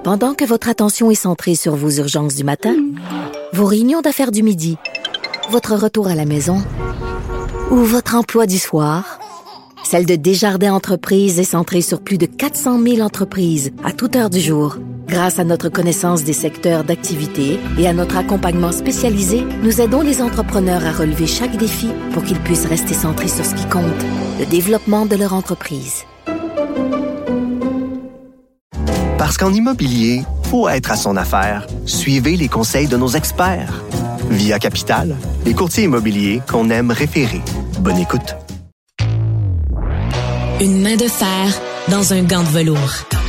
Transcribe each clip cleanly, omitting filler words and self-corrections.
Pendant que votre attention est centrée sur vos urgences du matin, vos réunions d'affaires du midi, votre retour à la maison ou votre emploi du soir, celle de Desjardins Entreprises est centrée sur plus de 400 000 entreprises à toute heure du jour. Grâce à notre connaissance des secteurs d'activité et à notre accompagnement spécialisé, nous aidons les entrepreneurs à relever chaque défi pour qu'ils puissent rester centrés sur ce qui compte, le développement de leur entreprise. Parce qu'en immobilier, faut être à son affaire. Suivez les conseils de nos experts. Via Capital, les courtiers immobiliers qu'on aime référer. Bonne écoute. Une main de fer dans un gant de velours.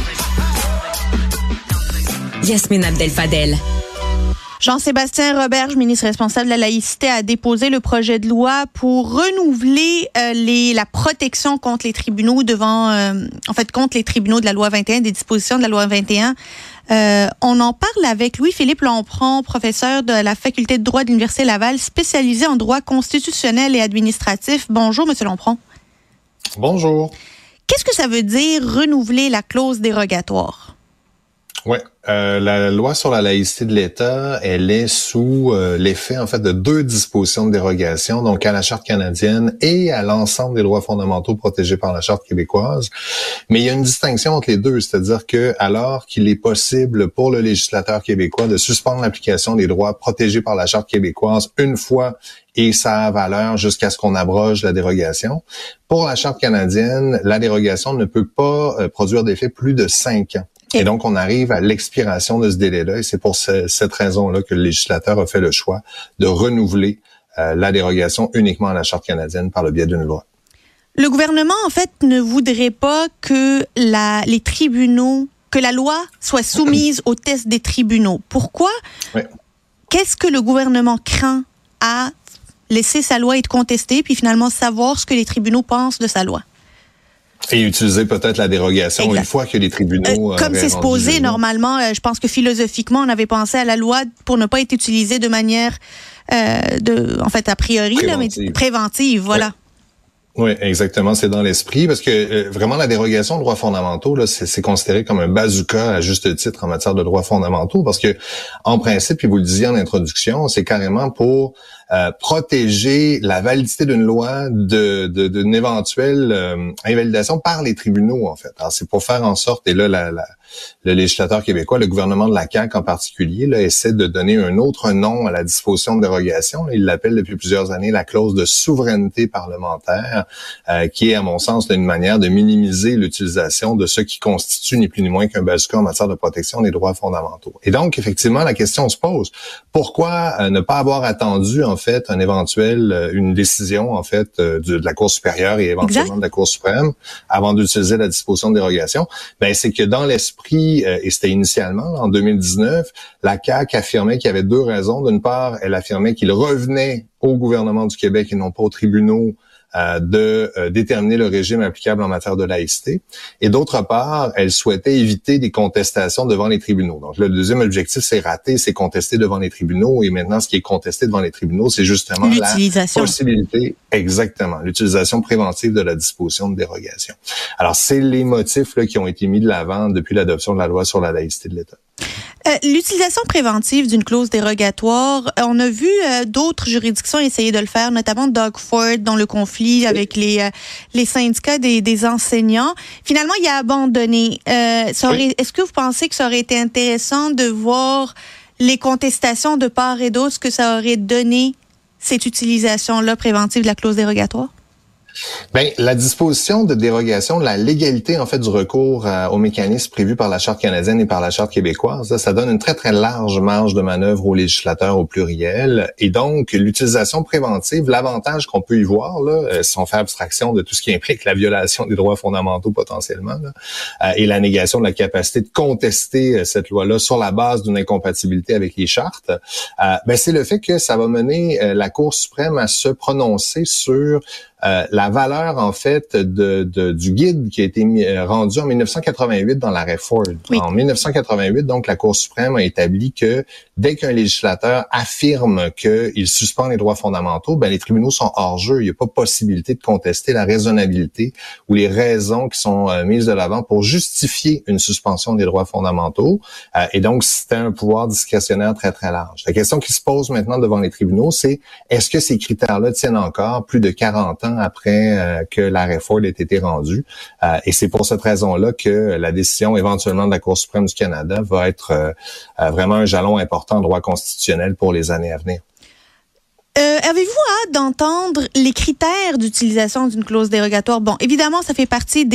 Yasmine Abdel-Fadel. Jean-Sébastien Roberge, ministre responsable de la laïcité, a déposé le projet de loi pour renouveler la protection contre les tribunaux contre les tribunaux de la loi 21, des dispositions de la loi 21. On en parle avec Louis-Philippe Lompront, professeur de la faculté de droit de l'Université Laval, spécialisé en droit constitutionnel et administratif. Bonjour, Monsieur Lompront. Bonjour. Qu'est-ce que ça veut dire renouveler la clause dérogatoire? Oui, la loi sur la laïcité de l'État, elle est sous l'effet en fait de deux dispositions de dérogation, donc à la Charte canadienne et à l'ensemble des droits fondamentaux protégés par la Charte québécoise. Mais il y a une distinction entre les deux, c'est-à-dire que alors qu'il est possible pour le législateur québécois de suspendre l'application des droits protégés par la Charte québécoise une fois et ça a valeur jusqu'à ce qu'on abroge la dérogation. Pour la Charte canadienne, la dérogation ne peut pas produire d'effet plus de 5 ans. Et donc, on arrive à l'expiration de ce délai-là, et c'est pour cette raison-là que le législateur a fait le choix de renouveler la dérogation uniquement à la Charte canadienne par le biais d'une loi. Le gouvernement, en fait, ne voudrait pas que les tribunaux, que la loi soit soumise au test des tribunaux. Pourquoi? Oui. Qu'est-ce que le gouvernement craint à laisser sa loi être contestée, puis finalement savoir ce que les tribunaux pensent de sa loi? Et utiliser peut-être la dérogation une fois que les tribunaux... comme c'est supposé, normalement, je pense que philosophiquement, on avait pensé à la loi pour ne pas être utilisée de manière, a priori, préventive, voilà. Oui, exactement, c'est dans l'esprit, parce que vraiment la dérogation aux droits fondamentaux, là, c'est considéré comme un bazooka à juste titre en matière de droits fondamentaux, parce que en principe, puis vous le disiez en introduction, c'est carrément pour protéger la validité d'une loi d'une éventuelle invalidation par les tribunaux, en fait. Alors, c'est pour faire en sorte, et là, le législateur québécois, le gouvernement de la CAQ en particulier, là, essaie de donner un autre nom à la disposition de dérogation. Il l'appelle depuis plusieurs années la clause de souveraineté parlementaire, qui est, à mon sens, une manière de minimiser l'utilisation de ce qui constitue ni plus ni moins qu'un bazooka en matière de protection des droits fondamentaux. Et donc, effectivement, la question se pose. Pourquoi ne pas avoir attendu, en fait, une décision, en fait, de la Cour supérieure et éventuellement de la Cour suprême avant d'utiliser la disposition de dérogation? Ben, c'est que dans l'esprit, et c'était initialement, en 2019, la CAQ affirmait qu'il y avait deux raisons. D'une part, elle affirmait qu'il revenait au gouvernement du Québec et non pas aux tribunaux de déterminer le régime applicable en matière de laïcité. Et d'autre part, elle souhaitait éviter des contestations devant les tribunaux. Donc, le deuxième objectif, c'est raté, c'est contester devant les tribunaux. Et maintenant, ce qui est contesté devant les tribunaux, c'est justement la possibilité, exactement, l'utilisation préventive de la disposition de dérogation. Alors, c'est les motifs là, qui ont été mis de l'avant depuis l'adoption de la loi sur la laïcité de l'État. L'utilisation préventive d'une clause dérogatoire, on a vu d'autres juridictions essayer de le faire, notamment Doug Ford dans le conflit avec les syndicats des enseignants. Finalement, il a abandonné. Est-ce que vous pensez que ça aurait été intéressant de voir les contestations de part et d'autre, ce que ça aurait donné, cette utilisation-là préventive de la clause dérogatoire? Ben, la disposition de dérogation, la légalité en fait du recours aux mécanismes prévus par la Charte canadienne et par la Charte québécoise, là, ça donne une très très large marge de manœuvre aux législateurs au pluriel. Et donc l'utilisation préventive, l'avantage qu'on peut y voir là, si on fait abstraction de tout ce qui implique la violation des droits fondamentaux potentiellement, là, et la négation de la capacité de contester cette loi-là sur la base d'une incompatibilité avec les chartes, ben c'est le fait que ça va mener la Cour suprême à se prononcer sur la valeur en fait du guide qui a été rendu en 1988 dans l'arrêt Ford. Oui. En 1988, donc la Cour suprême a établi que dès qu'un législateur affirme qu'il suspend les droits fondamentaux, ben les tribunaux sont hors jeu. Il n'y a pas possibilité de contester la raisonnabilité ou les raisons qui sont mises de l'avant pour justifier une suspension des droits fondamentaux. Et donc, c'était un pouvoir discrétionnaire très, très large. La question qui se pose maintenant devant les tribunaux, c'est est-ce que ces critères-là tiennent encore plus de 40 ans après que l'arrêt Ford ait été rendu? Et c'est pour cette raison-là que la décision éventuellement de la Cour suprême du Canada va être vraiment un jalon important en droit constitutionnel pour les années à venir. Avez-vous hâte d'entendre les critères d'utilisation d'une clause dérogatoire? Bon, évidemment, ça fait partie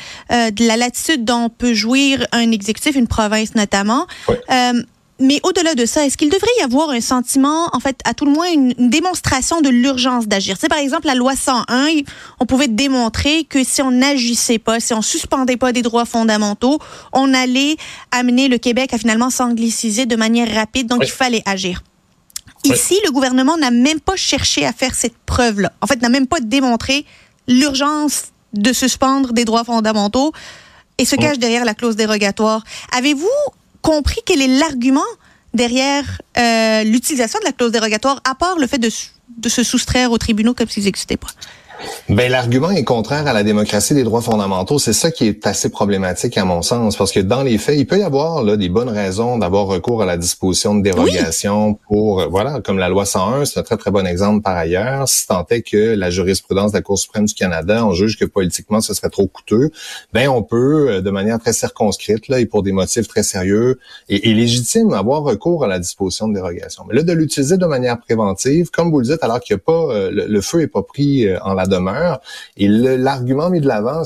de la latitude dont peut jouir un exécutif, une province notamment. Oui. Mais au-delà de ça, est-ce qu'il devrait y avoir un sentiment, en fait, à tout le moins une démonstration de l'urgence d'agir? Tu sais, par exemple, la loi 101, on pouvait démontrer que si on n'agissait pas, si on suspendait pas des droits fondamentaux, on allait amener le Québec à finalement s'angliciser de manière rapide, donc il fallait agir. Ici, le gouvernement n'a même pas cherché à faire cette preuve-là. En fait, n'a même pas démontré l'urgence de suspendre des droits fondamentaux et se cache derrière la clause dérogatoire. Avez-vous compris quel est l'argument derrière l'utilisation de la clause dérogatoire, à part le fait de se soustraire aux tribunaux comme s'ils n'existaient pas? Ben l'argument est contraire à la démocratie des droits fondamentaux. C'est ça qui est assez problématique à mon sens, parce que dans les faits, il peut y avoir là des bonnes raisons d'avoir recours à la disposition de dérogation pour comme la loi 101, c'est un très très bon exemple par ailleurs. Si tant est que la jurisprudence de la Cour suprême du Canada, on juge que politiquement ce serait trop coûteux, ben on peut de manière très circonscrite là et pour des motifs très sérieux et légitimes avoir recours à la disposition de dérogation. Mais là de l'utiliser de manière préventive, comme vous le dites, alors qu'il y a pas le feu est pas pris en la demeure. Et l'argument mis de l'avant,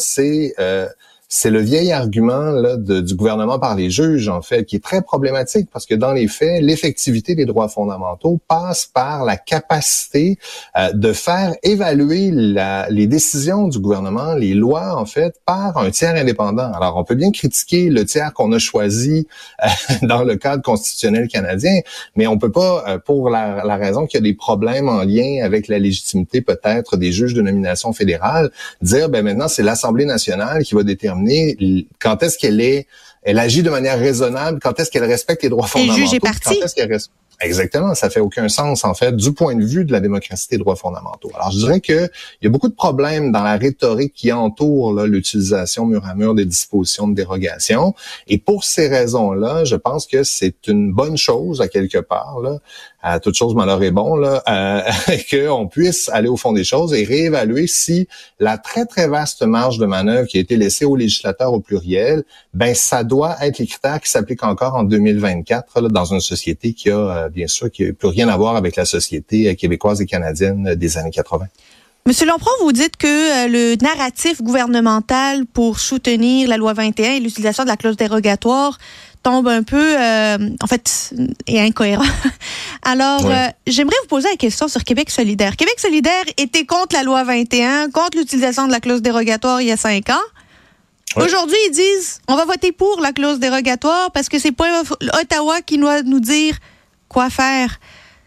c'est le vieil argument là du gouvernement par les juges, en fait, qui est très problématique parce que dans les faits, l'effectivité des droits fondamentaux passe par la capacité de faire évaluer les décisions du gouvernement, les lois, en fait, par un tiers indépendant. Alors, on peut bien critiquer le tiers qu'on a choisi dans le cadre constitutionnel canadien, mais on peut pas, pour la raison qu'il y a des problèmes en lien avec la légitimité peut-être des juges de nomination fédérale, dire, ben maintenant, c'est l'Assemblée nationale qui va déterminer quand est-ce elle agit de manière raisonnable, quand est-ce qu'elle respecte les droits fondamentaux. Et le juge est parti. Exactement, ça fait aucun sens en fait du point de vue de la démocratie des droits fondamentaux. Alors je dirais que il y a beaucoup de problèmes dans la rhétorique qui entoure là, l'utilisation mur à mur des dispositions de dérogation et pour ces raisons-là, je pense que c'est une bonne chose à quelque part là, à toute chose malheur est bon là, qu'on puisse aller au fond des choses et réévaluer si la très très vaste marge de manœuvre qui a été laissée aux législateurs au pluriel, ben ça doit être les critères qui s'appliquent encore en 2024 là, dans une société qui a bien sûr, qui n'a plus rien à voir avec la société québécoise et canadienne des années 80. Monsieur Lomprand, vous dites que le narratif gouvernemental pour soutenir la loi 21 et l'utilisation de la clause dérogatoire tombe un peu, en fait, est incohérent. Alors, j'aimerais vous poser la question sur Québec solidaire. Québec solidaire était contre la loi 21, contre l'utilisation de la clause dérogatoire il y a 5 ans. Aujourd'hui, ils disent, on va voter pour la clause dérogatoire parce que c'est pas Ottawa qui doit nous dire quoi faire.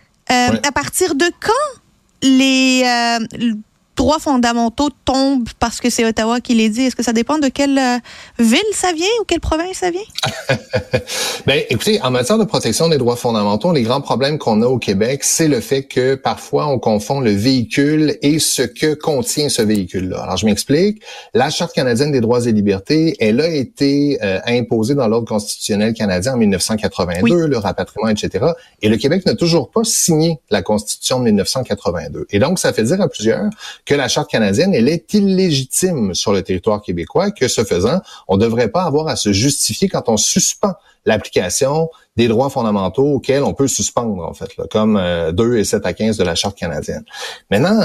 À partir de quand les droits fondamentaux tombent parce que c'est Ottawa qui les dit? Est-ce que ça dépend de quelle ville ça vient ou quelle province ça vient? Ben, écoutez, en matière de protection des droits fondamentaux, les grands problèmes qu'on a au Québec, c'est le fait que parfois on confond le véhicule et ce que contient ce véhicule-là. Alors, je m'explique. La Charte canadienne des droits et libertés, elle a été imposée dans l'ordre constitutionnel canadien en 1982, le rapatriement, etc. Et le Québec n'a toujours pas signé la Constitution de 1982. Et donc, ça fait dire à plusieurs que la Charte canadienne, elle est illégitime sur le territoire québécois, que ce faisant, on ne devrait pas avoir à se justifier quand on suspend l'application des droits fondamentaux auxquels on peut suspendre, en fait, là, comme 2 et 7 à 15 de la Charte canadienne. Maintenant,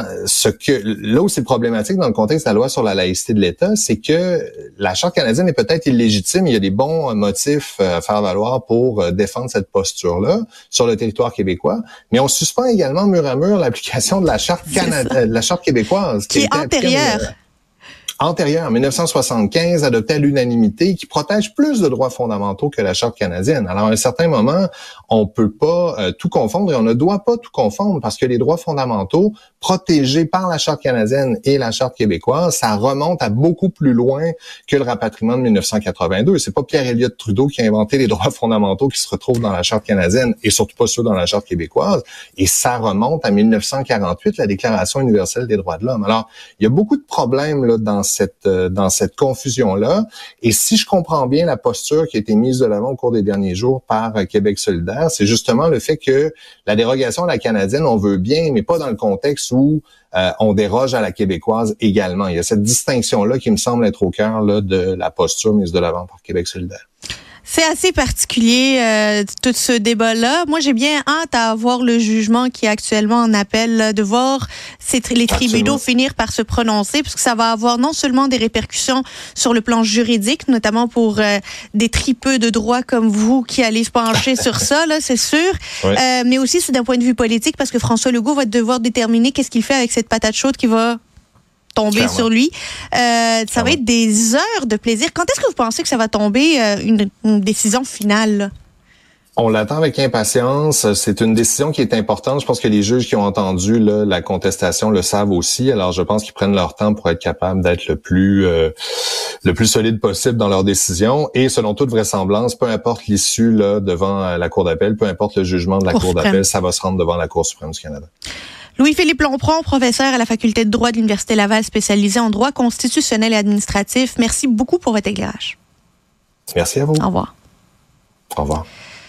là où c'est problématique dans le contexte de la loi sur la laïcité de l'État, c'est que la Charte canadienne est peut-être illégitime. Il y a des bons motifs à faire valoir pour défendre cette posture-là sur le territoire québécois, mais on suspend également mur à mur l'application de la Charte québécoise. Qui est antérieure. antérieure, en 1975, adoptée à l'unanimité, qui protège plus de droits fondamentaux que la Charte canadienne. Alors, à un certain moment, on peut pas tout confondre et on ne doit pas tout confondre parce que les droits fondamentaux protégés par la Charte canadienne et la Charte québécoise, ça remonte à beaucoup plus loin que le rapatriement de 1982. C'est pas Pierre-Éliott Trudeau qui a inventé les droits fondamentaux qui se retrouvent dans la Charte canadienne et surtout pas ceux dans la Charte québécoise. Et ça remonte à 1948, la Déclaration universelle des droits de l'homme. Alors, il y a beaucoup de problèmes là dans cette confusion-là. Et si je comprends bien la posture qui a été mise de l'avant au cours des derniers jours par Québec solidaire, c'est justement le fait que la dérogation à la canadienne, on veut bien, mais pas dans le contexte où on déroge à la québécoise également. Il y a cette distinction-là qui me semble être au cœur là, de la posture mise de l'avant par Québec solidaire. C'est assez particulier, tout ce débat-là. Moi, j'ai bien hâte à voir le jugement qui est actuellement en appel, là, de voir les tribunaux finir par se prononcer, parce que ça va avoir non seulement des répercussions sur le plan juridique, notamment pour des tripeux de droit comme vous qui allez se pencher sur ça, là, c'est sûr, oui. Mais aussi c'est d'un point de vue politique, parce que François Legault va devoir déterminer qu'est-ce qu'il fait avec cette patate chaude qui va tomber Clairement. Sur lui. Ça va être des heures de plaisir. Quand est-ce que vous pensez que ça va tomber, une décision finale, là? On l'attend avec impatience. C'est une décision qui est importante. Je pense que les juges qui ont entendu là, la contestation le savent aussi. Alors, je pense qu'ils prennent leur temps pour être capables d'être le plus solide possible dans leur décision. Et selon toute vraisemblance, peu importe l'issue là devant la Cour d'appel, peu importe le jugement de la Cour d'appel, ça va se rendre devant la Cour suprême du Canada. Louis-Philippe Lompron, professeur à la Faculté de droit de l'Université Laval, spécialisé en droit constitutionnel et administratif. Merci beaucoup pour votre éclairage. Merci à vous. Au revoir. Au revoir.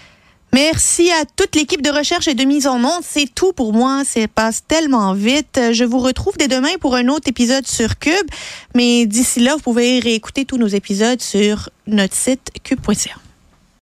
Merci à toute l'équipe de recherche et de mise en onde. C'est tout pour moi. Ça passe tellement vite. Je vous retrouve dès demain pour un autre épisode sur Cube. Mais d'ici là, vous pouvez réécouter tous nos épisodes sur notre site cube.ca.